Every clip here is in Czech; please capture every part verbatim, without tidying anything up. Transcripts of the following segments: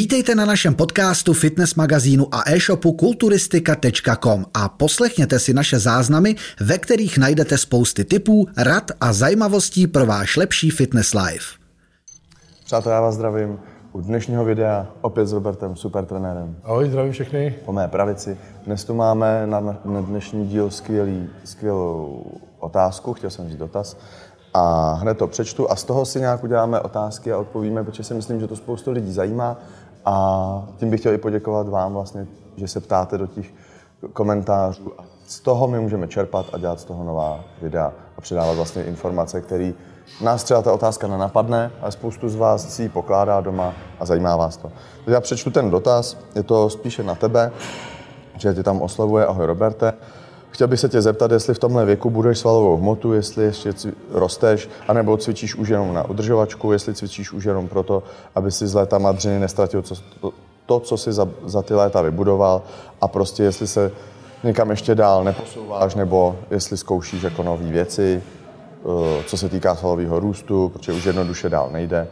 Vítejte na našem podcastu, fitness magazínu a e-shopu kulturistika tečka com a poslechněte si naše záznamy, ve kterých najdete spousty tipů, rad a zajímavostí pro váš lepší fitness life. Přátelé, já vás zdravím u dnešního videa opět s Robertem, supertrenérem. Ahoj, zdravím všechny. Po mé pravici. Dnes tu máme na, na dnešní díl skvělý, skvělou otázku, chtěl jsem říct dotaz. A hned to přečtu a z toho si nějak uděláme otázky a odpovíme, protože si myslím, že to spoustu lidí zajímá. A tím bych chtěl i poděkovat vám vlastně, že se ptáte do těch komentářů. A z toho my můžeme čerpat a dělat z toho nová videa a předávat vlastně informace, které nás třeba ta otázka nenapadne, ale spoustu z vás si ji pokládá doma a zajímá vás to. Takže já přečtu ten dotaz, je to spíše na tebe, že tě tam oslovuje. Ahoj Roberte. Chtěl bych se tě zeptat, jestli v tomhle věku buduješ svalovou hmotu, jestli ještě rosteš, anebo cvičíš už jenom na udržovačku, jestli cvičíš už jenom proto, aby si z léta madřiny nestratil co, to, to, co si za, za ty léta vybudoval, a prostě jestli se někam ještě dál neposouváš, nebo jestli zkoušíš jako nové věci, co se týká svalového růstu, protože už jednoduše dál nejde.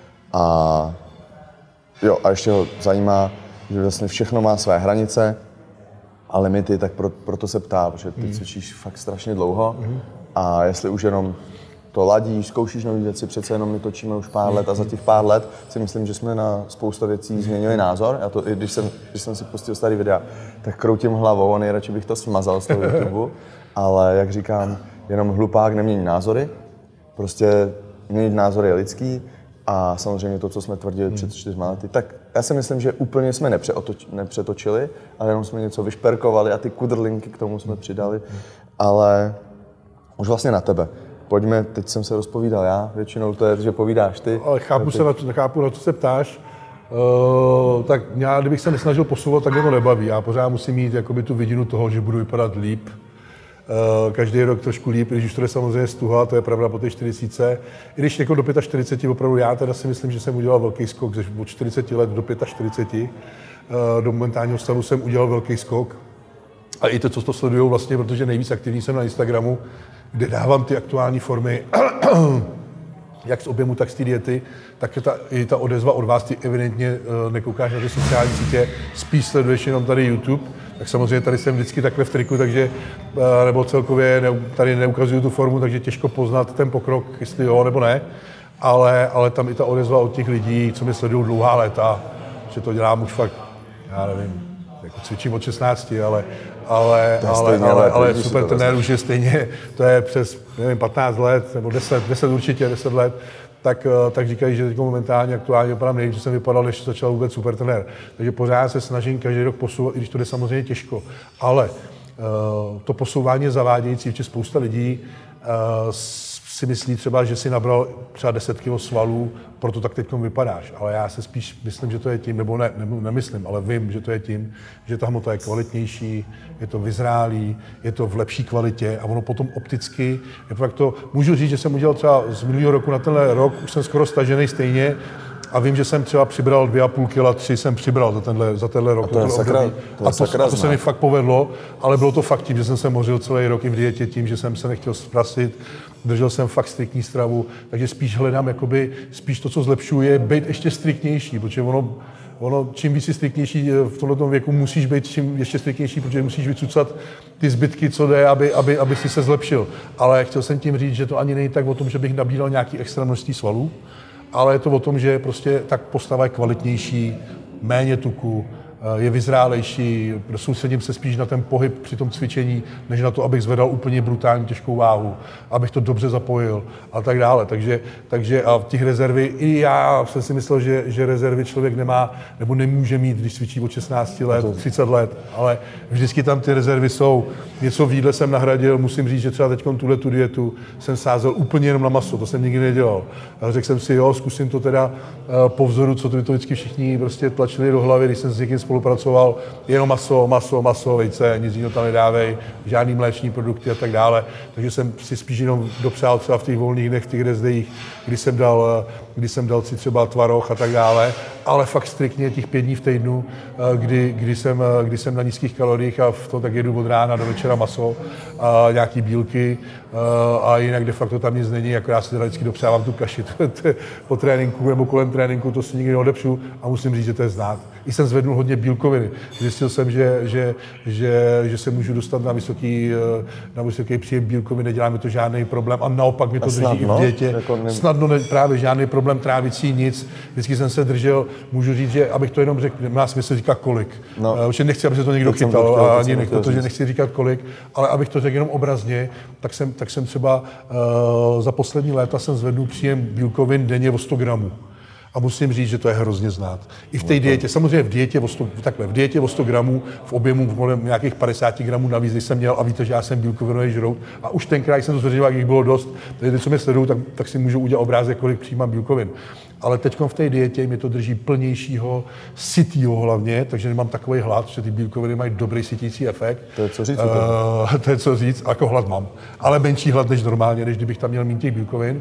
A jo, a ještě ho zajímá, že vlastně všechno má své hranice a limity, tak pro, proto se ptá, protože ty cvičíš fakt strašně dlouho a jestli už jenom to ladíš, zkoušíš nové věci, přece jenom my točíme už pár let a za těch pár let si myslím, že jsme na spousta věcí změnili názor. Já to, i když jsem, když jsem si pustil starý videa, tak kroutím hlavou a nejradši bych to smazal z toho YouTube, ale jak říkám, jenom hlupák nemění názory, prostě měnit názory je lidský a samozřejmě to, co jsme tvrdili před čtyřma lety, tak já si myslím, že úplně jsme nepřeotoč, nepřetočili, ale jenom jsme něco vyšperkovali a ty kudrlinky k tomu jsme přidali, ale už vlastně na tebe. Pojďme, teď jsem se rozpovídal já, většinou to je, že povídáš ty. Ale chápu, ty... se na to, chápu na co se ptáš. Uh, tak já, kdybych se nesnažil posouvat, tak mě to nebaví. Já pořád musím mít jakoby tu vidinu toho, že budu vypadat líp. Uh, každý rok trošku líp, když už to je samozřejmě stuha, to je pravda po té čtyřicítce. I když jako do čtyřiceti pěti, opravdu já teda si myslím, že jsem udělal velký skok, že od čtyřiceti let do čtyřiceti pěti, uh, do momentálního stavu jsem udělal velký skok. A i to, co to sledují vlastně, protože nejvíc aktivní jsem na Instagramu, kde dávám ty aktuální formy, jak z objemu, tak z té diety, tak ta, i ta odezva od vás, ty evidentně uh, nekoukáš na ty sociální sítě, spíš sleduješ jenom tady YouTube, tak samozřejmě tady jsem vždycky takhle v triku, takže, uh, nebo celkově ne, tady neukazuju tu formu, takže těžko poznat ten pokrok, jestli jo nebo ne, ale, ale tam i ta odezva od těch lidí, co mě sledují dlouhá léta, že to dělám už fakt, já nevím, jako cvičím od šestnácti, ale, ale, ale, ale, ale super trenér už je stejně, to je přes nevím, patnáct let, nebo deset, deset určitě, deset let, tak, tak říkají, že teď momentálně aktuálně vypadám nejvíc, že jsem vypadal, než začal vůbec super trenér. Takže pořád se snažím každý rok posouvat, i když to jde samozřejmě těžko. Ale uh, to posouvání je zavádějící, protože spousta lidí uh, si myslí třeba, že si nabral třeba deset kilo svalů, proto tak teď vypadáš. Ale já se spíš myslím, že to je tím, nebo ne, ne, nemyslím, ale vím, že to je tím, že ta hmota je kvalitnější, je to vyzrálý, je to v lepší kvalitě a ono potom opticky, je fakt to, můžu říct, že jsem udělal třeba z minulého roku na tenhle rok, už jsem skoro stažený stejně, a vím, že jsem třeba přibral dvě a půl kila, tři jsem přibral za tenhle, za tenhle rok. A to je sakra, to je a to, sakra a to se mi fakt povedlo, ale bylo to fakt tím, že jsem se mořil celý rok i v dietě, tím, že jsem se nechtěl zprasit, držel jsem fakt striktní stravu, takže spíš hledám jakoby, spíš to, co zlepšuje, být ještě striktnější, protože ono, ono čím víc si striktnější v tomto věku musíš být čím ještě striktnější, protože musíš vycucat ty zbytky, co jde, aby, aby, aby si se zlepšil. Ale chtěl jsem tím říct, že to ani není tak o tom, že bych nabíral nějaký extra množství svalů, ale je to o tom, že prostě tak postava je kvalitnější, méně tuku, je vyzrálejší, soustředím se spíš na ten pohyb při tom cvičení, než na to, abych zvedal úplně brutálně těžkou váhu, abych to dobře zapojil a tak dále. Takže, takže a v těch rezervy, i já jsem si myslel, že, že rezervy člověk nemá nebo nemůže mít, když cvičí od šestnácti let, třicet let, ale vždycky tam ty rezervy jsou. Něco v jídle jsem nahradil, musím říct, že třeba teď tuhle tu dietu jsem sázel úplně jenom na maso, to jsem nikdy nedělal. Ale řekl jsem si, jo, zkusím to teda po vzoru, co to, to vždycky všichni prostě tlačili do hlavy, když jsem s někým spolupracoval, jenom maso, maso, maso, vejce, nic jiného tam nedávej, žádný mléční produkty a tak dále. Takže jsem si spíš jenom dopřál třeba v těch volných dnech, v těch rezdejích, kdy jsem dal, kdy jsem dal si třeba tvaroh a tak dále, ale fakt striktně těch pět dní v týdnu, kdy, kdy, jsem, kdy jsem na nízkých kaloriích a v tom tak jedu od rána do večera maso a nějaký bílky a jinak de facto tam nic není, jako já si teda vždycky dopřávám tu kaši po tréninku nebo kolem tréninku, to si nikdy neodepřu a musím říct, že to je znát. I jsem zvednul hodně bílkoviny. Zjistil jsem, že, že, že, že se můžu dostat na vysoký, na vysoký příjem bílkovin, nedělá mi to žádný problém a naopak mi to drží snadno, i v dietě. Jako ne... Snadno ne, právě žádný problém trávicí, nic. Vždycky jsem se držel, můžu říct, že abych to jenom řekl, má smysl říkat kolik. No. Protože nechci, aby se to někdo chytal, to chtěl, a ani nech, protože nechci říkat kolik, ale abych to řekl jenom obrazně, tak jsem, tak jsem třeba uh, za poslední léta jsem zvednul příjem bílkovin denně o sto gramů. A musím říct, že to je hrozně znát. I v té dietě, samozřejmě v dietě o sto, takhle, v dietě o sto gramů, v objemu kolem nějakých padesát gramů navíc, když jsem měl, a víte, že já jsem bílkovinový žrout. A už tenkrát, když jsem to zveřejňoval, jak jich bylo dost, takže co mě sledují, tak, tak si můžu udělat obrázek, kolik přijímám bílkovin. Ale teď v té dietě mě to drží plnějšího, sytýho hlavně, takže nemám takový hlad, že ty bílkoviny mají dobrý sytící efekt. To je co říct. Uh, to je co říct, jako hlad mám. Ale menší hlad než normálně, než kdybych tam měl méně těch bílkovin.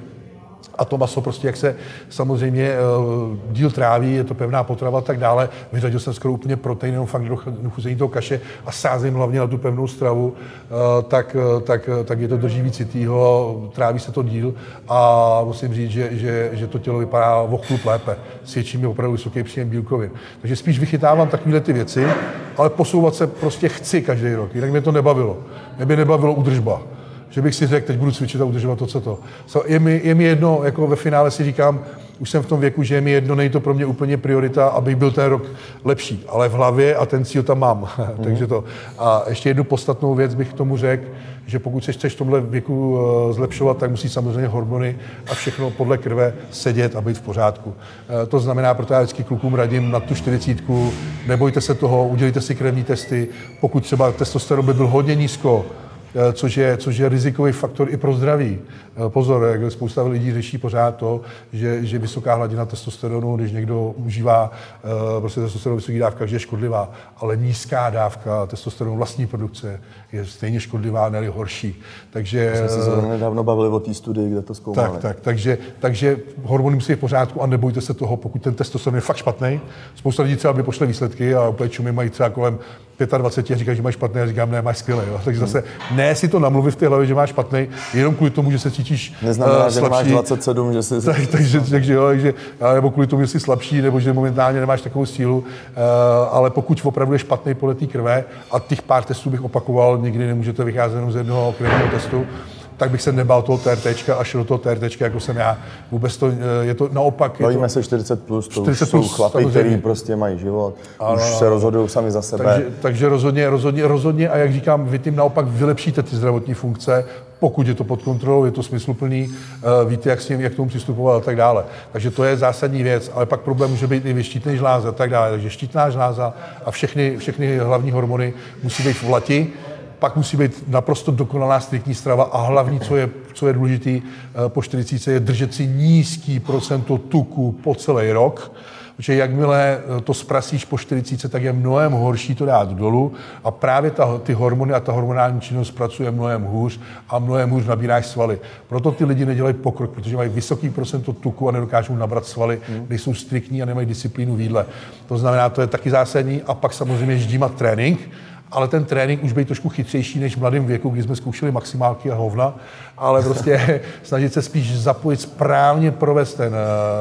A to maso prostě, jak se samozřejmě uh, díl tráví, je to pevná potrava a tak dále. Vyřadil jsem skoro úplně protein, jenom fakt do chuzení toho kaše a sázím hlavně na tu pevnou stravu, uh, tak, uh, tak, uh, tak je to drží víc sytýho, tráví se to díl a musím říct, že, že, že to tělo vypadá o chlup lépe. Svědčí mi opravdu vysoký příjem bílkovin. Takže spíš vychytávám takovéhle ty věci, ale posouvat se prostě chci každý rok, jinak mě to nebavilo. Mě by nebavilo údržba. Že bych si řekl, teď budu cvičit a udržovat to, co to. So, je, mi, je mi jedno, jako ve finále si říkám, už jsem v tom věku, že je mi jedno, není to pro mě úplně priorita, aby byl ten rok lepší, ale v hlavě a ten cíl tam mám. Mm. Takže to. A ještě jednu podstatnou věc bych k tomu řekl, že pokud se chceš v tomhle věku zlepšovat, tak musí samozřejmě hormony a všechno podle krve sedět a být v pořádku. To znamená, proto já vždycky klukům radím na tu čtyřicítku, nebojte se toho, udělejte si krevní testy, pokud třeba testosteron by byl hodně nízko, Což je, což je rizikový faktor i pro zdraví. Pozor, jak spousta lidí řeší pořád to, že, že vysoká hladina testosteronu, když někdo užívá uh, prostě testosteron vysoká dávka, že je škodlivá, ale nízká dávka testosteronu vlastní produkce je stejně škodlivá, ne horší. Takže jsme se zrovna nedávno bavili o té studii, kde to zkoumali. Tak, tak, takže, takže hormony musí být v pořádku a nebojte se toho, pokud ten testosteron je fakt špatný. Spousta lidí třeba mi pošle výsledky a úplně čumy mají třeba kolem dvacet pět a říkají, že mají špatné, a říkám, ne, máš skvělé. Takže zase ne si to namluvit v té hlavě, že máš špatný, jenom kvůli tomu, že se cítíš neznamená, uh, že máš dvacet sedm, že jsi... Tak, takže, takže jo, takže, nebo kvůli tomu, že jsi slabší, nebo že momentálně nemáš takovou sílu, uh, ale pokud opravdu je špatný podle té krve, a těch pár testů bych opakoval, nikdy nemůžete vycházet jenom z jednoho krevního testu, tak bych se nebál toho TRTčka a šel do toho TRTčka, jako jsem já. Vůbec to, je to naopak... Bavíme se čtyřicet plus, to čtyřicet už jsou plus, chlapi, kteří prostě mají život, ano, už se rozhodují sami za sebe. Takže, takže rozhodně, rozhodně, rozhodně, a jak říkám, vy tím naopak vylepšíte ty zdravotní funkce, pokud je to pod kontrolou, je to smysluplný, víte, jak s tím, jak k tomu přistupovat a tak dále. Takže to je zásadní věc, ale pak problém může být i štítné žláza a tak dále. Takže štítná žláza a všechny, všechny hlavní hormony musí být v lati. Pak musí být naprosto dokonalá striktní strava a hlavní, co je, co je důležitý po čtyřicítce, je držet si nízký procento tuku po celý rok, protože jakmile to zprasíš po čtyřicítce, tak je mnohem horší to dát dolů a právě ta, ty hormony a ta hormonální činnost pracuje mnohem hůř a mnohem hůř nabíráš svaly. Proto ty lidi nedělají pokrok, protože mají vysoký procento tuku a nedokážou nabrat svaly, hmm. nejsou striktní a nemají disciplínu v jídle. To znamená, to je taky zásadní a pak samozřejmě ždímat trénink, ale ten trénink už byl trošku chytřejší než v mladém věku, kdy jsme zkoušeli maximálky a hovna, ale prostě snažit se spíš zapojit, správně provést ten,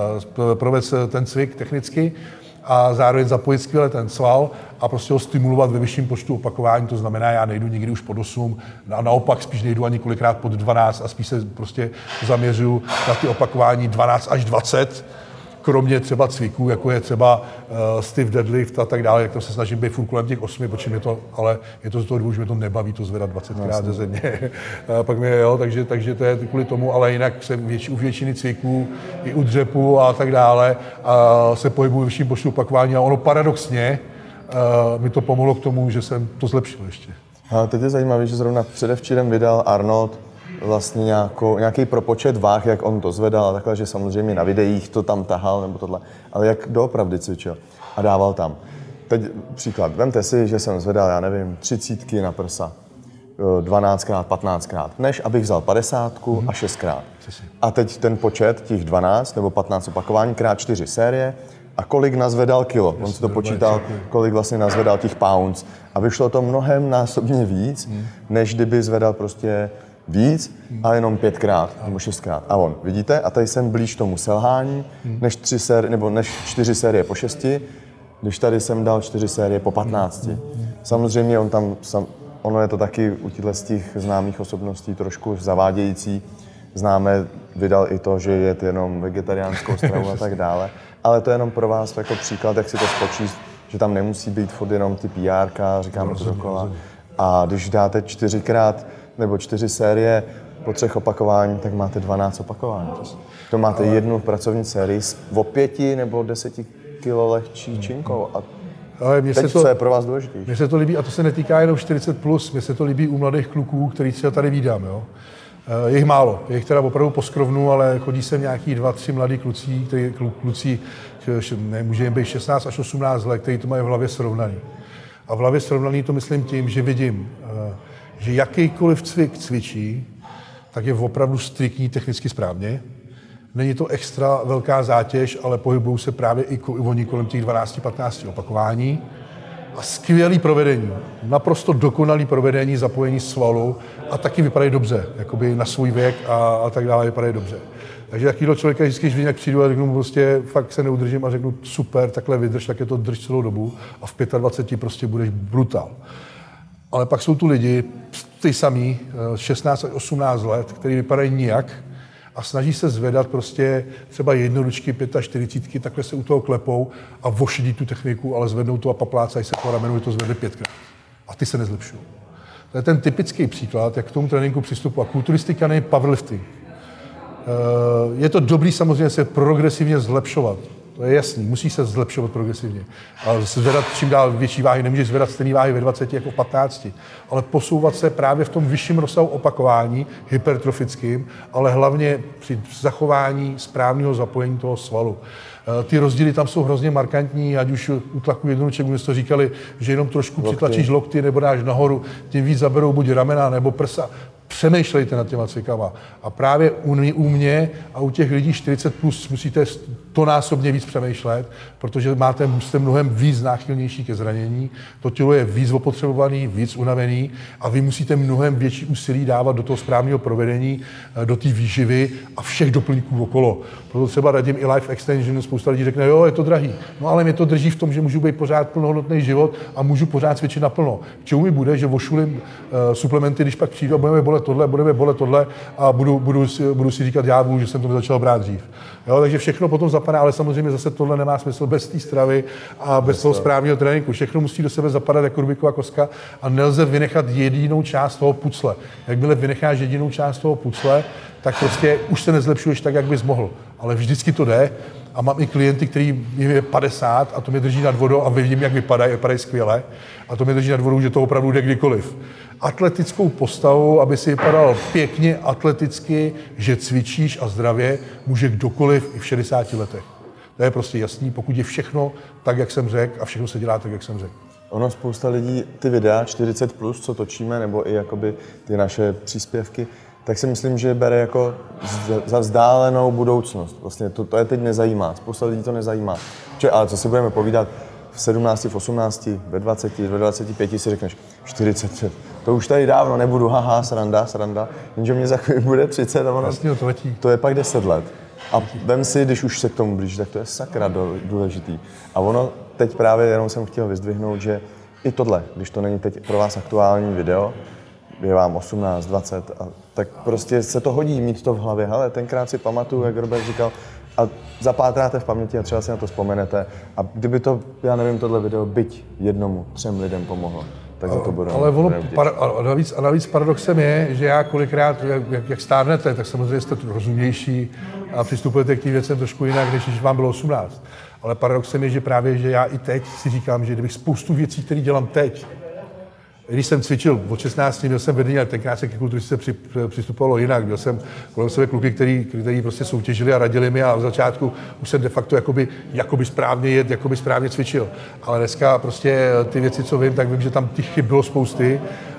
provést ten cvik technicky a zároveň zapojit skvěle ten sval a prostě ho stimulovat ve vyšším počtu opakování, to znamená, já nejdu nikdy už pod osm a naopak spíš nejdu ani kolikrát pod dvanáct a spíš se prostě zaměřuju na ty opakování dvanáct až dvacet, kromě třeba cviků, jako je třeba uh, stiff deadlift a tak dále, jak to se snažím být furt kolem těch osmi, protože mě to, ale je to z toho důvodu, že mě to nebaví to zvedat dvacetkrát ze země. Pak mě, jo, takže, takže to je kvůli tomu, ale jinak jsem věč, u většiny cviků, i u dřepu a tak dále, a se pohybuji vyšším počtu opakování a ono paradoxně uh, mi to pomohlo k tomu, že jsem to zlepšil ještě. A teď je zajímavé, že zrovna předevčírem vydal Arnold vlastně nějakou, nějaký propočet váh, jak on to zvedal a takhle, že samozřejmě na videích to tam tahal nebo tohle, ale jak doopravdy cvičil a dával tam. teď příklad. Vemte si, že jsem zvedal, já nevím, třicítky na prsa. dvanáctkrát, patnáctkrát, než abych vzal padesátku mm-hmm. a šestkrát. A teď ten počet, těch dvanáct nebo patnáct opakování krát čtyři série a kolik nazvedal kilo. On si to počítal, kolik vlastně nazvedal těch pounds. A vyšlo to mnohem násobně víc, mm. než kdyby zvedal prostě víc a jenom pětkrát nebo šestkrát. A on, vidíte? A tady jsem blíž tomu selhání, mm. než, tři série, nebo než čtyři série po šesti, když tady jsem dal čtyři série po patnácti. Mm. Samozřejmě on tam... Sam, Ono je to taky u těchto z těch známých osobností trošku zavádějící. Známe, vydal i to, že je jenom vegetariánskou stravu a tak dále. Ale to je jenom pro vás jako příklad, jak si to spočíst, že tam nemusí být furt jenom ty P R ka, říkáme to dokola. A když dáte čtyřikrát nebo čtyři série po třech opakování, tak máte dvanáct opakování. To máte jednu pracovní sérii o pěti nebo deseti kilo lehčí činkou. A ale mě teď, se to, co je pro vás důležitější? Mně se to líbí, a to se netýká jenom čtyřicet plus, mně se to líbí u mladých kluků, který si tady vídám. Jo. Je jich málo, je jich teda opravdu poskrovnu, ale chodí sem nějaký dva, tři mladí kluci, který, kluci, nemůže jim být šestnáct až osmnáct let, kteří to mají v hlavě srovnaný. A v hlavě srovnaný to myslím tím, že vidím, že jakýkoliv cvik cvičí, tak je opravdu striktní technicky správně. Není to extra velká zátěž, ale pohybují se právě i oni kolem těch dvanáct patnáct opakování. A skvělý provedení, naprosto dokonalý provedení, zapojení svalu a taky vypadají dobře, jakoby na svůj věk a, a tak dále vypadají dobře. Takže takovýhle člověka vždycky, když nějak přijdu a řeknu prostě fakt se neudržím a řeknu super, takhle vydrž, tak je to drž celou dobu a v dvaceti pěti prostě budeš brutál. Ale pak jsou tu lidi, ty samý, šestnáct až osmnáct let, kteří vypadají nijak, a snaží se zvedat prostě třeba jednoručky, čtyřicítky, takhle se u toho klepou a vošidí tu techniku, ale zvednou to a paplácají se po ramenu, to zvedli pětkrát. A ty se nezlepšují. To je ten typický příklad, jak k tomu tréninku přistupu. A kulturistika není powerlifting. Je to dobrý samozřejmě se progresivně zlepšovat. To je jasný, musí se zlepšovat progresivně. A zvedat čím dál větší váhy, nemůžeš zvedat stejné váhy ve dvaceti jako v patnácti, ale posouvat se právě v tom vyšším rozsahu opakování, hypertrofickým, ale hlavně při zachování správného zapojení toho svalu. Ty rozdíly tam jsou hrozně markantní, ať už u tlaku jednoruček, my jsme to říkali, že jenom trošku lokty. Přitlačíš lokty nebo dáš nahoru, tím víc zaberou buď ramena nebo prsa. Přemýšlejte nad těma cvikama. A právě u, u mě a u těch lidí čtyřicet plus musíte to násobně víc přemýšlet, protože máte, jste mnohem víc náchylnější ke zranění, to tělo je víc opotřebovaný, víc unavený a vy musíte mnohem větší úsilí dávat do toho správného provedení, do té výživy a všech doplňků okolo. Proto třeba radím i life extension, spousta lidí řekne, jo, je to drahý. No ale mě to drží v tom, že můžu být pořád plnohodnotný život a můžu pořád cvičit naplno. K čemu mi bude, že ošulím uh, suplementy, když pak přijdu a budeme bolet tohle, budeme bolet tohle a budu, budu, si, budu si říkat já, že jsem to nezačal brát dřív. Jo, takže všechno potom zapadá, ale samozřejmě zase tohle nemá smysl bez té stravy a bez toho správného tréninku. Všechno musí do sebe zapadat jako Rubiková kostka a nelze vynechat jedinou část toho pucle. Jakmile vynecháš jedinou část toho pucle, tak prostě už se nezlepšuješ tak, jak bys mohl. Ale vždycky to jde. A mám i klienty, který je padesát a to mě drží nad vodou a vidím, jak vypadají, vypadají skvěle. A to mě drží nad vodou, že to opravdu jde kdykoliv. Atletickou postavu, aby si vypadal pěkně atleticky, že cvičíš a zdravě, může kdokoliv i v šedesáti letech. To je prostě jasný, pokud je všechno tak, jak jsem řekl a všechno se dělá tak, jak jsem řekl. Ono spousta lidí, ty videa čtyřicet plus, co točíme, nebo i jakoby ty naše příspěvky, tak si myslím, že bere jako za vzdálenou budoucnost. Vlastně to, to je teď nezajímá. Spousta lidí to nezajímá. Če, ale co si budeme povídat, v sedmnácti, v osmnácti, ve dvaceti, ve dvaceti pěti si řekneš čtyřicet pět. To už tady dávno nebudu, haha, sranda, sranda. Jenže mě za chvíli bude třicet a ono, vlastně to, to je pak deset let. A vem si, když už se k tomu blíží, tak to je sakra důležitý. A ono teď právě jenom jsem chtěl vyzdvihnout, že i tohle, když to není teď pro vás aktuální video, je vám osmnáct, dvacet, a tak prostě se to hodí mít to v hlavě. Hele, tenkrát si pamatuju, jak Robert říkal, a zapátráte v paměti a třeba si na to vzpomenete. A kdyby to, já nevím, tohle video byť jednomu, třem lidem pomohlo, tak za to budu. Ale ono, par, a, navíc, a navíc paradoxem je, že já kolikrát, jak, jak stárnete, tak samozřejmě jste rozumnější a přistupujete k těm věcem trošku jinak, než když vám bylo osmnáct. Ale paradoxem je, že právě, že já i teď si říkám, že kdybych spoustu věcí, které dělám teď, Když jsem cvičil od šestnácti, měl jsem vedení, ale tenkrát se ke kulturistice při, přistupovalo jinak. Měl jsem kolem sebe kluky, který, který prostě soutěžili a radili mi a v začátku už jsem de facto jakoby, jakoby správně jet, jakoby správně cvičil. Ale dneska prostě ty věci, co vím, tak vím, že tam těch chyb bylo spousty.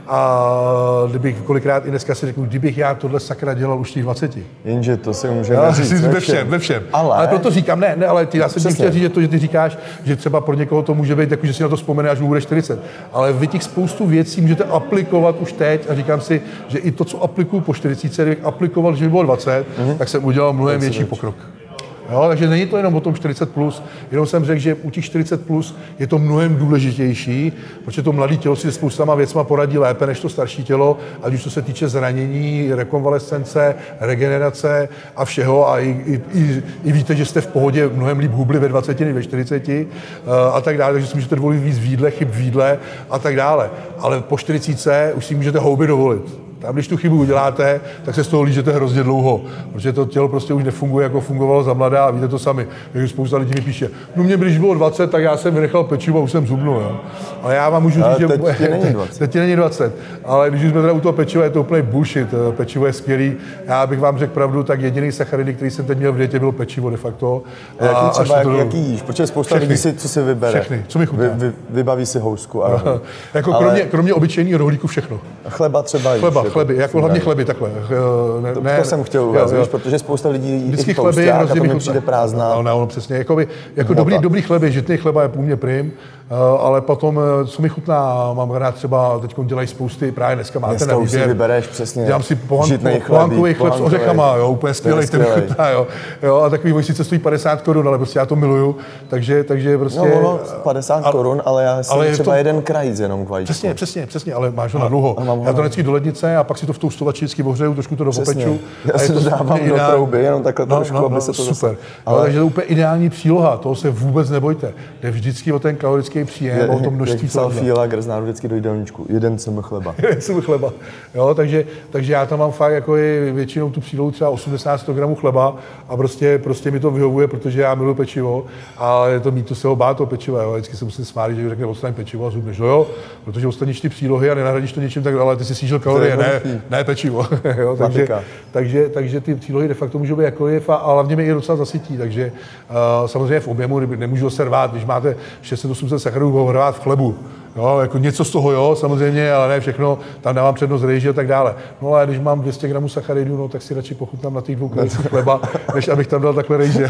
A kdybych kolikrát i dneska si řekl, kdybych já tohle sakra dělal už těch dvaceti. Jenže to si můžeme říct ve všem, ve všem. Ale, ale proto říkám, ne, ne, ale ty, já jsem tím chtěl říct, že to, že ty říkáš, že třeba pro někoho to může být, jako, že si na to vzpomene, až mu bude čtyřicet. Ale vy těch spoustu věcí můžete aplikovat už teď a říkám si, že i to, co aplikuju po čtyřiceti, kdybych aplikoval, že by bylo dvacet, mm-hmm. tak jsem udělal mnohem větší pokrok. Jo, takže není to jenom o tom čtyřicet plus, jenom jsem řekl, že u těch čtyřicet plus je to mnohem důležitější, protože to mladé tělo si se spoustama věcma poradí lépe než to starší tělo, ať už to se týče zranění, rekonvalescence, regenerace a všeho a i, i, i, i víte, že jste v pohodě mnohem líp hubli ve dvaceti než ve čtyřiceti a tak dále, takže si můžete dovolit víc v jídle, chyb v jídle a tak dále. Ale po čtyřicítce už si můžete houby dovolit. Tam, když tu chybu uděláte, tak se z toho lížete hrozně dlouho, protože to tělo prostě už nefunguje, jako fungovalo za mladá a víte to sami. Takže spousta lidí mi píše, no mě, když bylo dvacet, tak já jsem vynechal pečivo a už jsem zubnul. Jo. Ale já vám můžu říct, že teď ti není dvacet. Teď není dvacet. Ale když jsme teda u toho pečiva, je to úplně bullshit. Pečivo je skvělý. Já bych vám řekl pravdu, tak jediný sacharidy, který jsem teď měl v dietě, bylo pečivo de facto. A jaký třeba, jak, jaký jíš? Protože spousta všechny, lidí si, co si vybere. Všechny, co mi chutná. Vy, vy, vybaví si housku a rohlík. Jako ale... kromě, kromě obyčejného rohlíku všechno. Chleba třeba jíš. Chleba, chleby, jako hlavně chleby takhle. Ne, to, ne, to jsem chtěl uvést, víš, protože spousta lidí vždycky chleby a to mi přijde prázdná. No, no, přesně, jakoby, jako dobrý, dobrý chleby, žitný chleba je půlně prim, ale potom, co mi chutná, mám rád třeba, teď dělají spousty, právě dneska máte dneska na výběr. Dneska si vybereš přesně dělám si pohankový chleb s ořechama, jo, úplně skvělej, ten chutná, jo. jo. A takový můj sice stojí padesát korun, ale prostě já to miluju, takže, takže prostě... No, ono padesát korun, ale já jsem ale třeba to, jeden krajíc jenom k vajíčku. Přesně, přesně, přesně, ale máš ho na dlouho. Já to vždycky do lednice a pak si to v tou stolači vždycky ohřeju, trošku to dopeču. Já si to dávám do trouby, jenom takhle no, trošku, no, aby no, se to super. Zase... Ale... No, takže to je úplně ideální příloha, toho se vůbec nebojte. Jde vždycky o ten kalorický příjem, je, o to množství. Jak psal Fíla Grznáru vždycky do jídelníčku, jeden cm chleba. jeden cm chleba. Jo, takže, takže já tam mám fakt jako je většinou tu přílohu třeba osmdesát sto gramů chleba a prostě, prostě mi to vyhovuje, protože já miluji pečivo, ale je to mít to se ho bát, to pečivo. Jo. Vždycky se musím smát, že řekne odstraň pečivo a zubneš, no jo, protože odstraníš ty přílohy a nenahradíš to něčím tak, ale ty si snížil kalorie, ne, ne pečivo. jo, takže, takže, takže ty přílohy de facto můžou být jakkoliv a, a hlavně mi i docela zasytí, takže uh, samozřejmě v objemu nemůžu se rvát, když máte šest set osm set sacharidů, rvát v chlebu. Jo, jako něco z toho, jo, samozřejmě, ale ne všechno, tam dávám přednost rejži a tak dále. No ale když mám dvě stě gramů sacharidů, no tak si radši pochutnám na těch dvou krajích chleba, než abych tam dal takhle rejže.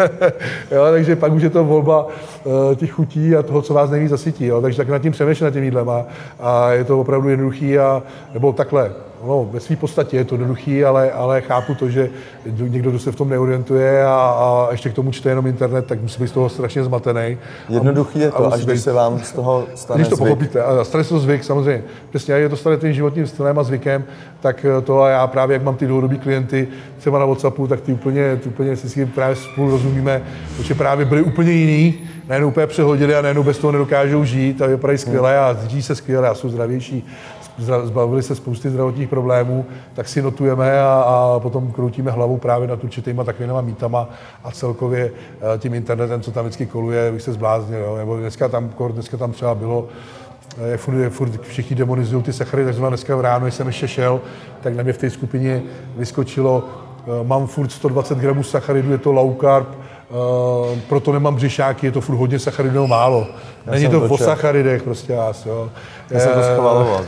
jo, takže pak už je to volba uh, těch chutí a toho, co vás nejvíc zasytí, jo, takže tak nad tím přemýšlím nad tím jídlem a, a je to opravdu jednoduchý a, nebo takhle. No, ve své podstatě je to jednoduchý, ale, ale chápu to, že někdo, kdo se v tom neorientuje a, a ještě k tomu čte jenom internet, tak musí být z toho strašně zmatený. Jednoduchý je to, až když se vám z toho stane když to zvyk. pochopíte, a stane se to zvyk, samozřejmě. Přesně, jak je to stane tím životním stylem a zvykem, tak to a já právě, jak mám ty dlouhodobý klienty třeba na WhatsAppu, tak ty úplně, ty úplně si s tím právě spolu rozumíme, protože právě byli úplně jiný, najednou úplně přehodili a najednou bez toho nedokážou žít a vypadají skvěle a žijí se skvěle a jsou zdravější. Zbavili se spousty zdravotních problémů, tak si notujeme a, a potom kroutíme hlavou právě nad určitýma takovýma mýtama a celkově tím internetem, co tam vždycky koluje, bych se zbláznil. Jo. Nebo dneska tam, dneska tam třeba bylo, je furt, je furt všichni demonizují ty sacharidy, takže dneska v ráno, když jsem ještě šel, tak na mě v té skupině vyskočilo, mám furt sto dvacet gramů sacharidů, je to low carb, Uh, proto nemám břišáky, je to furt hodně sacharidů málo. Já Není to o sacharidech prostě vás, jo. Já jsem to schvaloval.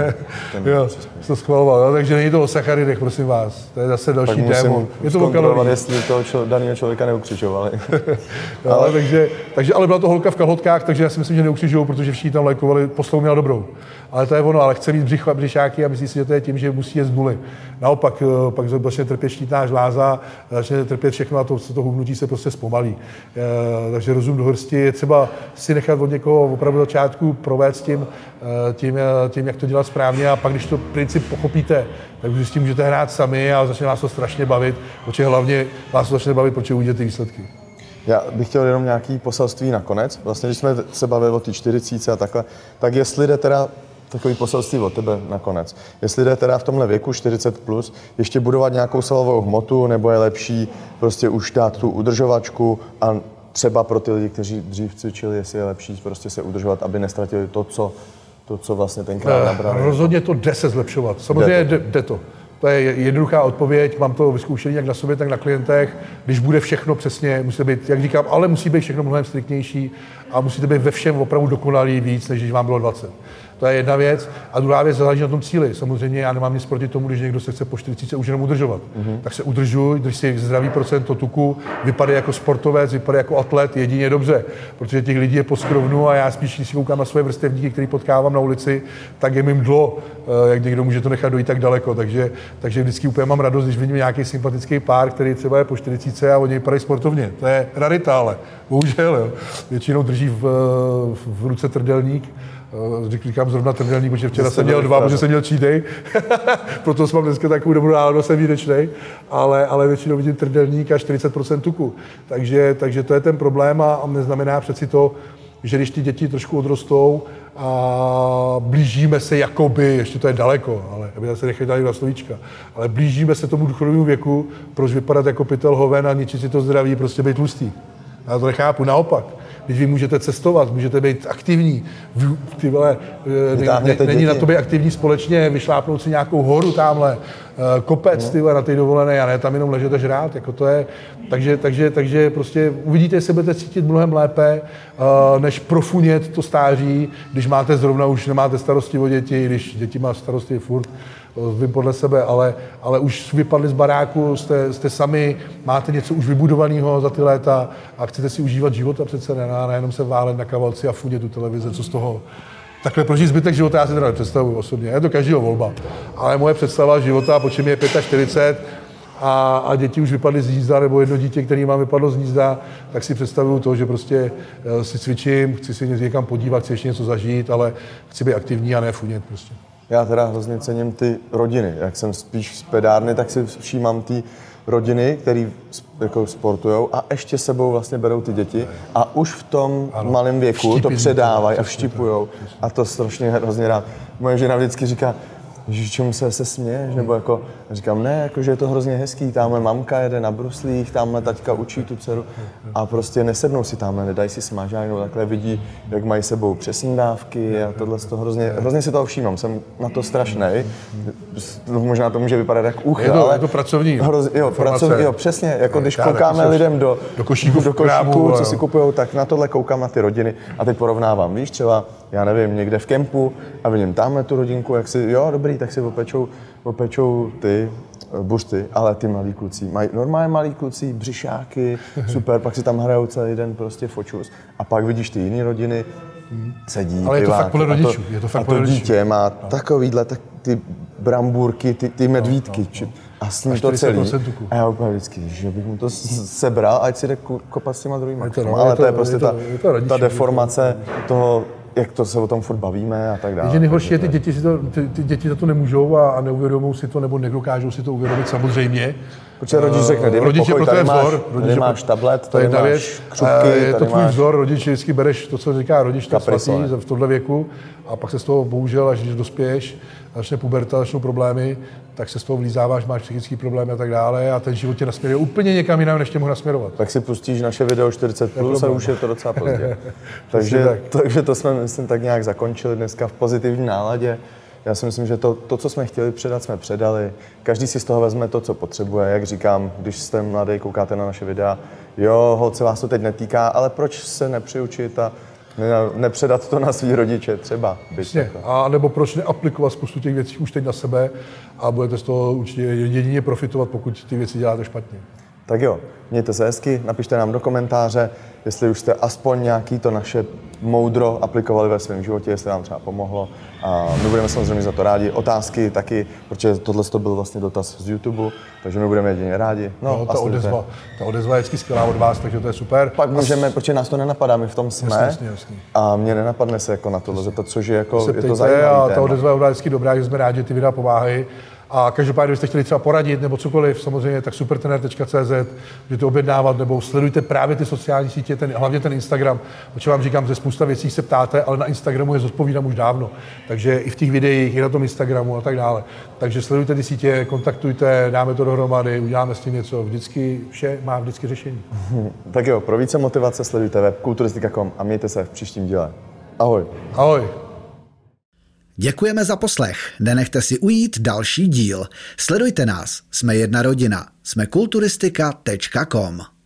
jo, to schvaloval, jo, takže není to o sacharidech, prosím vás. To je zase další démon. Je to o kaloriích. Jestli toho člo, daného člověka neukřižovali. jo, ale... Takže, takže, ale byla to holka v kalhotkách, takže já si myslím, že neukřižují, protože všichni tam lajkovali, postavu měla dobrou. Ale to je ono, ale chce mít břich, břišáky a myslí si, že to je tím, že musí jet z nuly. Naopak, pak začne trpět štítná žláza, začne trpět všechno a to, to hubnutí se prostě zpomalí. E, takže rozum do hrsti je třeba si nechat od někoho opravdu začátku provést tím, tím, tím, jak to dělat správně a pak, když to princip pochopíte, tak už s tím můžete hrát sami a začne vás to strašně bavit, protože hlavně vás to začne bavit, protože uvidíte ty výsledky. Já bych chtěl jenom nějaký poselství nakonec. Vlastně, když jsme se bavili o té čtyřicítce a takhle, tak jestli jde teda takový poselství od tebe nakonec. Jestli jde teda v tomhle věku čtyřicet plus ještě budovat nějakou svalovou hmotu, nebo je lepší prostě už dát tu udržovačku a třeba pro ty lidi, kteří dřív cvičili, jestli je lepší prostě se udržovat, aby nestratili to, co to, co vlastně tenkrát nabrali? Rozhodně to jde se zlepšovat. Samozřejmě jde to. Jde to. To je jednoduchá odpověď, mám to vyzkoušený jak na sobě, tak na klientech. Když bude všechno přesně, musí být, jak říkám, ale musí být všechno mnohem striktnější a musíte být ve všem opravdu dokonalý víc, než když vám bylo dvacet. To je jedna věc. A druhá věc záleží na tom cíli. Samozřejmě já nemám nic proti tomu, když někdo se chce po čtyřiceti už jenom udržovat. Mm-hmm. Tak se udržuj, drž si zdravý procento tuku, vypadej jako sportovec, vypadej jako atlet, jedině dobře. Protože těch lidí je poskrovnu a já spíš, když si koukám na svoje vrstevníky, který potkávám na ulici, tak je mi mdlo, jak někdo může to nechat dojít tak daleko. Takže, takže vždycky úplně mám radost, když vidím nějaký sympatický pár, který třeba je po čtyřiceti a oni vypadají sportovně. To je rarita, ale bohužel. Jo. Většinou drží v, v ruce trdelník. Říkám zrovna trdelník, protože včera jsem měl dva, protože jsem měl cheat proto jsem dneska takovou dobrou náladu, jsem výdečnej, ale, ale většinou vidím trdelník a čtyřicet procent tuku. Takže, takže to je ten problém a, a neznamená přeci to, že když ty děti trošku odrostou a blížíme se jakoby, ještě to je daleko, ale aby se nechali dát na slovíčka, ale blížíme se tomu důchodovému věku, proč vypadat jako pytel hoven a ničit si to zdraví, prostě být tlustý. Já to nechápu, naopak. Když vy můžete cestovat, můžete být aktivní, ty vole, ne, ne, není na to být aktivní společně, vyšlápnout si nějakou horu tamhle, kopec, no. Ty vole, na té dovolené, a ne tam jenom ležet a žrát, jako to je, takže, takže, takže prostě uvidíte, jestli budete cítit mnohem lépe, než profunět to stáří, když máte zrovna, už nemáte starosti o děti, když děti má starosti furt, vím podle sebe, ale, ale už vypadli z baráku, jste, jste sami, máte něco už vybudovaného za ty léta a chcete si užívat života přece, ne, ne jenom se válet na kavalci a fudět tu televize, co z toho. Takhle prožít zbytek života já si teda nepředstavuji osobně, je to každého volba. Ale moje představa života, po čem je čtyřicet pět a, a děti už vypadly z hnízda, nebo jedno dítě, který má vypadlo z hnízda, tak si představuju to, že prostě si cvičím, chci si někam podívat, chci ještě něco zažít, ale chci být aktivní a ne fudět prostě. Já teda hrozně cením ty rodiny. Jak jsem spíš z pedárny, tak si všímám ty rodiny, které jako sportujou a ještě sebou vlastně berou ty děti a už v tom ano. malém věku to předávají a vštěpujou. A to strašně hrozně rád. Moje žena vždycky říká, že čemu se se směješ, nebo jako, říkám, ne, jako, že je to hrozně hezký, tamhle mamka jede na bruslích, tamhle taťka učí tu dceru a prostě nesednou si tamhle, nedají si smažájnou, takhle vidí, jak mají sebou přesní dávky a tohle to hrozně, hrozně si toho všímám, jsem na to strašnej, možná to může vypadat jak uch, je to, ale... Je to pracovní hroz, jo, pracovní, jo, přesně, jako když koukáme lidem do, do košíku, do košíku co si kupujou, tak na tohle koukám na ty rodiny a teď porovnávám, víš, třeba, já nevím, někde v kempu a vidím tamhle tu rodinku, jak si, jo, dobrý, tak si opečou, opečou ty buřty, ale ty malí kluci mají normálně malí kluci, břišáky, super, pak si tam hrajou celý den prostě fočus a pak vidíš ty jiné rodiny, sedí, ale je to fakt podle rodičů, a to, je to fakt a to podle dítě rodičů. má no. takovýhle, tak ty brambůrky, ty, ty medvídky, no, no, no. a s ním to celý. A já úplně vždycky, že bych mu to sebral, ať si jde kopat s těma druhýma. To, no, ale je to, to je prostě je to, ta, je to rodičů, ta deformace toho, jak to se o tom furt bavíme a tak dále. Že nejhorší je, ty děti, si to, ty, ty děti za to nemůžou a, a neuvědomou si to, nebo nedokážou si to uvědomit samozřejmě. Protože rodič řekne, dej mi pokoj, tady máš, tady máš tablet, tady máš křupky, je to tvůj máš... vzor, rodič vždycky bereš to, co říká rodič, tak svatý v tomhle věku a pak se z toho bohužel, až když dospěješ, začne puberta, začnou problémy, tak se z toho vlízáváš, máš psychické problémy a tak dále a ten život tě nasměruje úplně někam jinam, než tě mohl nasměrovat. Tak si pustíš naše video čtyřicet plus a už je to docela pozdě. takže, tak. takže to jsme, myslím, tak nějak zakončili dneska v pozitivní náladě. Já si myslím, že to, to, co jsme chtěli předat, jsme předali. Každý si z toho vezme to, co potřebuje. Jak říkám, když jste mladý, koukáte na naše videa, jo, holce, vás to teď netýká, ale proč se nepřiučit a ne, nepředat to na svý rodiče třeba? A nebo proč neaplikovat spoustu těch věcí už teď na sebe a budete z toho určitě jedině profitovat, pokud ty věci děláte špatně. Tak jo, mějte se hezky, napište nám do komentáře, jestli už jste aspoň nějaký to naše moudro aplikovali ve svém životě, jestli vám třeba pomohlo. A my budeme samozřejmě za to rádi. Otázky taky, protože tohle to byl vlastně dotaz z YouTube, takže my budeme jedině rádi. No, no ta, odezva, ta odezva je vždycky skvělá od vás, takže to je super. Pak můžeme, protože nás to nenapadá, my v tom jsme. Jasně, jasně, jasně. A mě nenapadne se jako na tohle zeptat, což je jako, je to zajímavé. A ta odezva je vždycky dobrá, že jsme rádi, že ty videa pomáhají. A každopádně, kdybyste chtěli třeba poradit nebo cokoliv, samozřejmě, tak supertrenér tečka cé zet, můžete objednávat, nebo sledujte právě ty sociální sítě, ten, hlavně ten Instagram, protože vám říkám, že spousta věcí se ptáte, ale na Instagramu je zodpovídám už dávno. Takže i v těch videích, i na tom Instagramu a tak dále. Takže sledujte ty sítě, kontaktujte, dáme to dohromady, uděláme s tím něco. Vždycky vše má vždycky řešení. Tak jo, pro více motivace sledujte web kulturistika tečka com a mějte se v příštím díle. Ahoj. Ahoj. Děkujeme za poslech, nenechte si ujít další díl. Sledujte nás, jsme jedna rodina, jsme kulturistika tečka com.